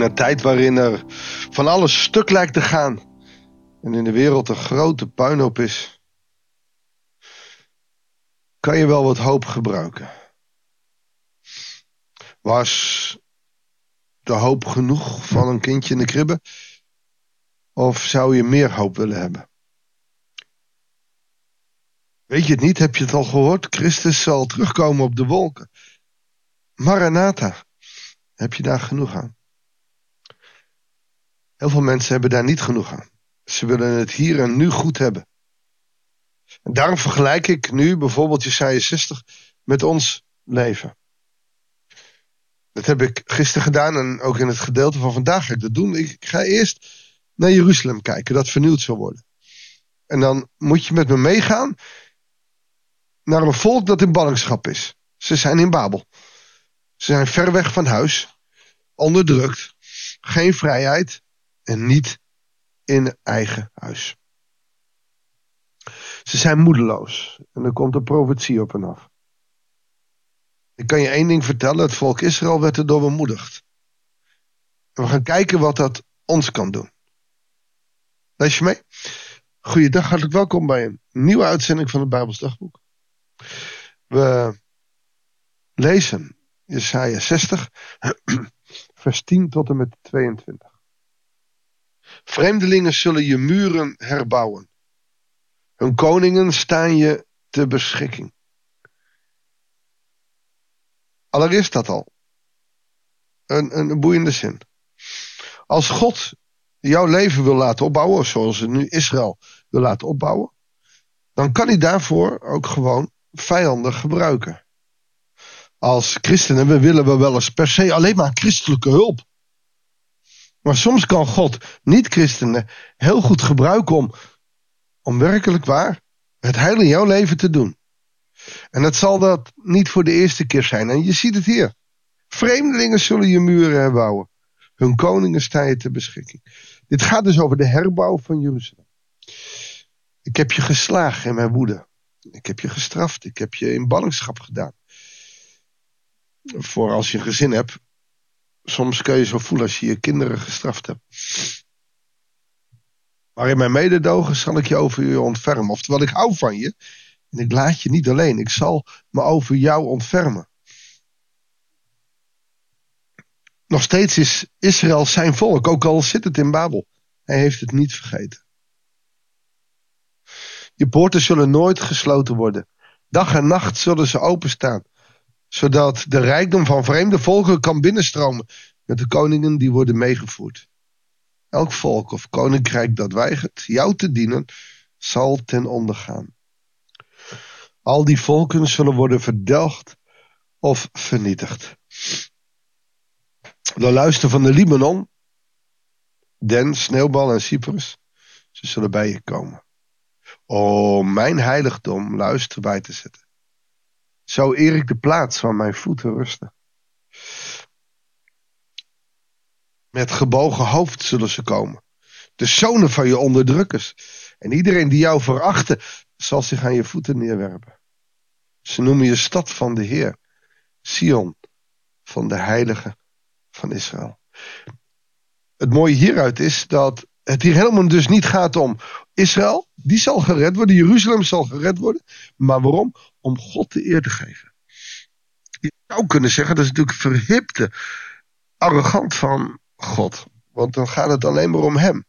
een tijd waarin er van alles stuk lijkt te gaan en in de wereld een grote puinhoop is, kan je wel wat hoop gebruiken. Was de hoop genoeg van een kindje in de kribbe? Of zou je meer hoop willen hebben? Weet je het niet? Heb je het al gehoord? Christus zal terugkomen op de wolken. Maranatha. Heb je daar genoeg aan? Heel veel mensen hebben daar niet genoeg aan. Ze willen het hier en nu goed hebben. En daarom vergelijk ik nu bijvoorbeeld Jesaja 60 met ons leven. Dat heb ik gisteren gedaan en ook in het gedeelte van vandaag ga ik dat doen. Ik ga eerst naar Jeruzalem kijken, dat vernieuwd zal worden. En dan moet je met me meegaan naar een volk dat in ballingschap is. Ze zijn in Babel. Ze zijn ver weg van huis, onderdrukt, geen vrijheid en niet in eigen huis. Ze zijn moedeloos en er komt een profetie op hen af. Ik kan je één ding vertellen, het volk Israël werd erdoor bemoedigd. En we gaan kijken wat dat ons kan doen. Lees je mee? Goeiedag, hartelijk welkom bij een nieuwe uitzending van het Bijbels Dagboek. We lezen Jesaja 60, vers 10 tot en met 22. Vreemdelingen zullen je muren herbouwen. Hun koningen staan je te beschikking. Allereerst dat al. Een boeiende zin. Als God jouw leven wil laten opbouwen, zoals het nu Israël wil laten opbouwen, dan kan hij daarvoor ook gewoon vijanden gebruiken. Als christenen willen we wel eens per se alleen maar christelijke hulp. Maar soms kan God niet-christenen heel goed gebruiken om werkelijk waar het heil in jouw leven te doen. En het zal dat niet voor de eerste keer zijn. En je ziet het hier. Vreemdelingen zullen je muren herbouwen. Hun koningen staan je ter beschikking. Dit gaat dus over de herbouw van Jeruzalem. Ik heb je geslagen in mijn woede. Ik heb je gestraft. Ik heb je in ballingschap gedaan. Voor als je een gezin hebt. Soms kun je zo voelen als je je kinderen gestraft hebt. Maar in mijn mededogen zal ik je over je ontfermen. Oftewel, ik hou van je. En ik laat je niet alleen. Ik zal me over jou ontfermen. Nog steeds is Israël zijn volk. Ook al zit het in Babel. Hij heeft het niet vergeten. Je poorten zullen nooit gesloten worden. Dag en nacht zullen ze openstaan. Zodat de rijkdom van vreemde volken kan binnenstromen. Met de koningen die worden meegevoerd. Elk volk of koninkrijk dat weigert jou te dienen, zal ten onder gaan. Al die volken zullen worden verdelgd of vernietigd. De luister van de Libanon, Den, Sneeuwbal en Cyprus, ze zullen bij je komen. Om mijn heiligdom luister bij te zetten. Zo eer ik de plaats waar mijn voeten rusten. Met gebogen hoofd zullen ze komen. De zonen van je onderdrukkers. En iedereen die jou verachten, zal zich aan je voeten neerwerpen. Ze noemen je stad van de Heer. Sion van de Heilige van Israël. Het mooie hieruit is dat het hier helemaal dus niet gaat om Israël. Die zal gered worden. Jeruzalem zal gered worden. Maar waarom? Om God de eer te geven. Je zou kunnen zeggen, dat is natuurlijk verhipte, arrogant van God. Want dan gaat het alleen maar om hem.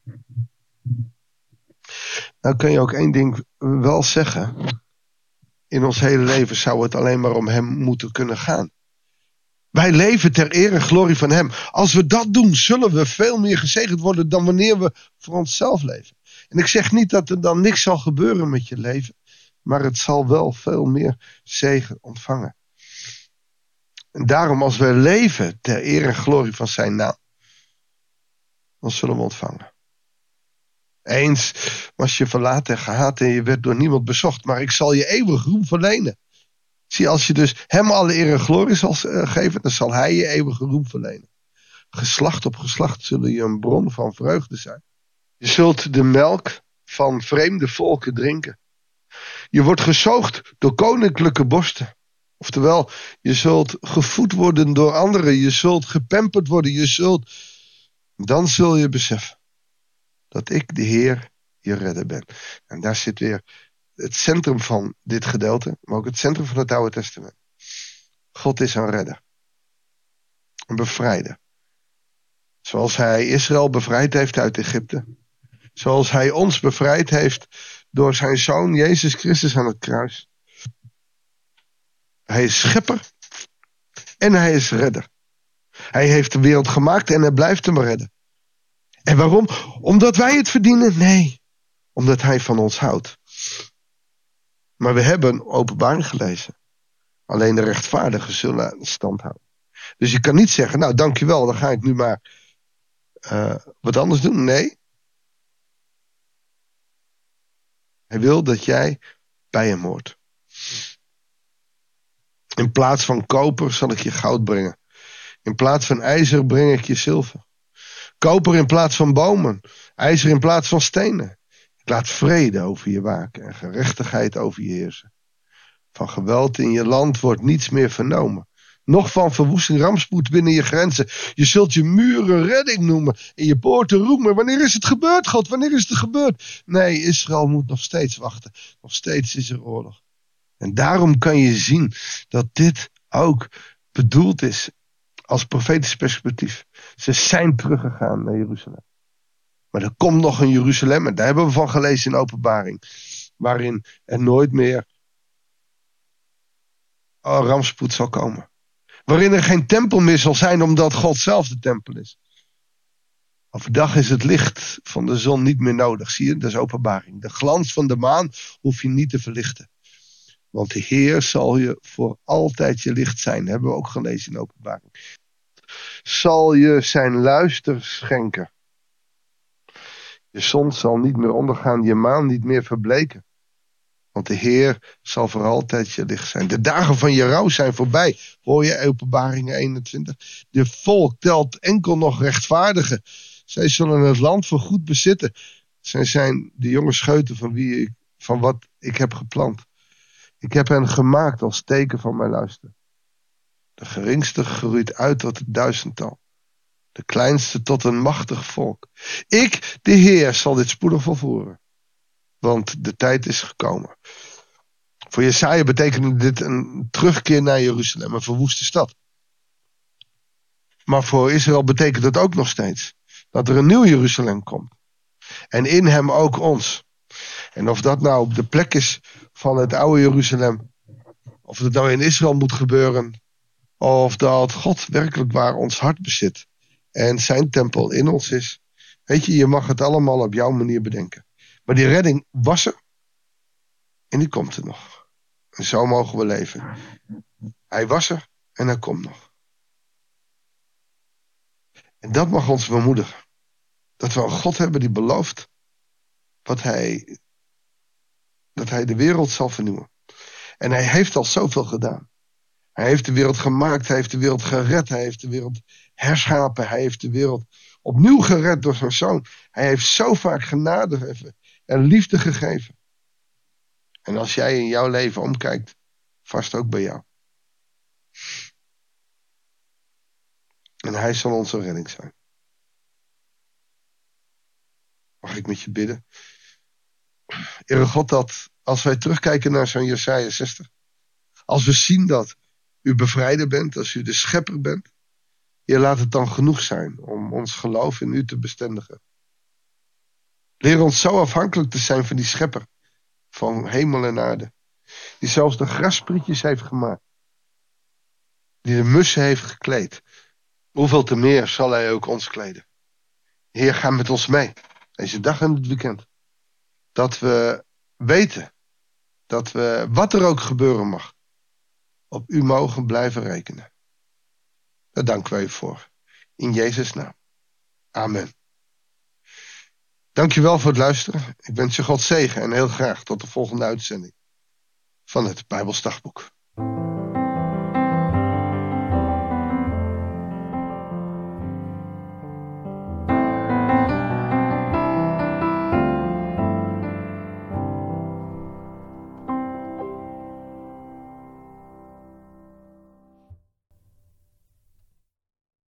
Nou kun je ook één ding wel zeggen. In ons hele leven zou het alleen maar om hem moeten kunnen gaan. Wij leven ter eer en glorie van hem. Als we dat doen, zullen we veel meer gezegend worden dan wanneer we voor onszelf leven. En ik zeg niet dat er dan niks zal gebeuren met je leven. Maar het zal wel veel meer zegen ontvangen. En daarom als we leven ter eer en glorie van zijn naam, dan zullen we ontvangen. Eens was je verlaten en gehaat en je werd door niemand bezocht. Maar ik zal je eeuwig roem verlenen. Zie, als je dus hem alle eer en glorie zal geven, dan zal hij je eeuwige roem verlenen. Geslacht op geslacht zullen je een bron van vreugde zijn. Je zult de melk van vreemde volken drinken. Je wordt gezoogd door koninklijke borsten. Oftewel, je zult gevoed worden door anderen. Je zult gepamperd worden. Je zult Dan zul je beseffen dat ik de Heer je redder ben. En daar zit weer het centrum van dit gedeelte, maar ook het centrum van het Oude Testament. God is een redder. Een bevrijder. Zoals hij Israël bevrijd heeft uit Egypte. Zoals hij ons bevrijd heeft door zijn Zoon Jezus Christus aan het kruis. Hij is schepper en hij is redder. Hij heeft de wereld gemaakt en hij blijft hem redden. En waarom? Omdat wij het verdienen? Nee, omdat hij van ons houdt. Maar we hebben Openbaring gelezen. Alleen de rechtvaardigen zullen stand houden. Dus je kan niet zeggen, nou dankjewel, dan ga ik nu maar wat anders doen. Nee. Hij wil dat jij bij hem hoort. In plaats van koper zal ik je goud brengen. In plaats van ijzer breng ik je zilver. Koper in plaats van bomen. IJzer in plaats van stenen. Ik laat vrede over je waken en gerechtigheid over je heersen. Van geweld in je land wordt niets meer vernomen. Nog van verwoesting rampspoed binnen je grenzen. Je zult je muren redding noemen en je poorten roemen. Wanneer is het gebeurd, God? Wanneer is het gebeurd? Nee, Israël moet nog steeds wachten. Nog steeds is er oorlog. En daarom kan je zien dat dit ook bedoeld is als profetisch perspectief. Ze zijn teruggegaan naar Jeruzalem. Maar er komt nog een Jeruzalem, en daar hebben we van gelezen in Openbaring. Waarin er nooit meer rampspoed zal komen. Waarin er geen tempel meer zal zijn, omdat God zelf de tempel is. Overdag is het licht van de zon niet meer nodig. Zie je, dat is Openbaring. De glans van de maan hoef je niet te verlichten. Want de Heer zal je voor altijd je licht zijn. Dat hebben we ook gelezen in Openbaring. Zal je zijn luister schenken. Je zon zal niet meer ondergaan, je maan niet meer verbleken. Want de Heer zal voor altijd je licht zijn. De dagen van je rouw zijn voorbij. Hoor je Openbaringen 21. De volk telt enkel nog rechtvaardigen. Zij zullen het land voor goed bezitten. Zij zijn de jonge scheuten van wat ik heb geplant. Ik heb hen gemaakt als teken van mijn luister. De geringste groeit uit tot het duizendtal. De kleinste tot een machtig volk. Ik, de Heer, zal dit spoedig volvoeren. Want de tijd is gekomen. Voor Jesaja betekende dit een terugkeer naar Jeruzalem, een verwoeste stad. Maar voor Israël betekent het ook nog steeds dat er een nieuw Jeruzalem komt. En in hem ook ons. En of dat nou op de plek is van het oude Jeruzalem, of het nou in Israël moet gebeuren, of dat God werkelijk waar ons hart bezit en zijn tempel in ons is. Weet je mag het allemaal op jouw manier bedenken. Maar die redding was er en die komt er nog. En zo mogen we leven. Hij was er en hij komt nog. En dat mag ons bemoedigen. Dat we een God hebben die belooft dat hij de wereld zal vernieuwen. En hij heeft al zoveel gedaan. Hij heeft de wereld gemaakt, hij heeft de wereld gered, hij heeft de wereld herschapen, hij heeft de wereld opnieuw gered door zijn zoon. Hij heeft zo vaak genade en liefde gegeven. En als jij in jouw leven omkijkt, vast ook bij jou. En hij zal onze redding zijn. Mag ik met je bidden? Heere God, dat als wij terugkijken naar zo'n Jesaja 60. Als we zien dat u bevrijder bent, als u de schepper bent. Heer, laat het dan genoeg zijn om ons geloof in u te bestendigen. Leer ons zo afhankelijk te zijn van die schepper. Van hemel en aarde. Die zelfs de grassprietjes heeft gemaakt. Die de mussen heeft gekleed. Hoeveel te meer zal hij ook ons kleden. Heer, ga met ons mee. Deze dag en het weekend. Dat we weten. Dat we, wat er ook gebeuren mag. Op u mogen blijven rekenen. Daar danken wij u voor. In Jezus' naam. Amen. Dankjewel voor het luisteren. Ik wens je God zegen en heel graag tot de volgende uitzending van het Bijbels Dagboek.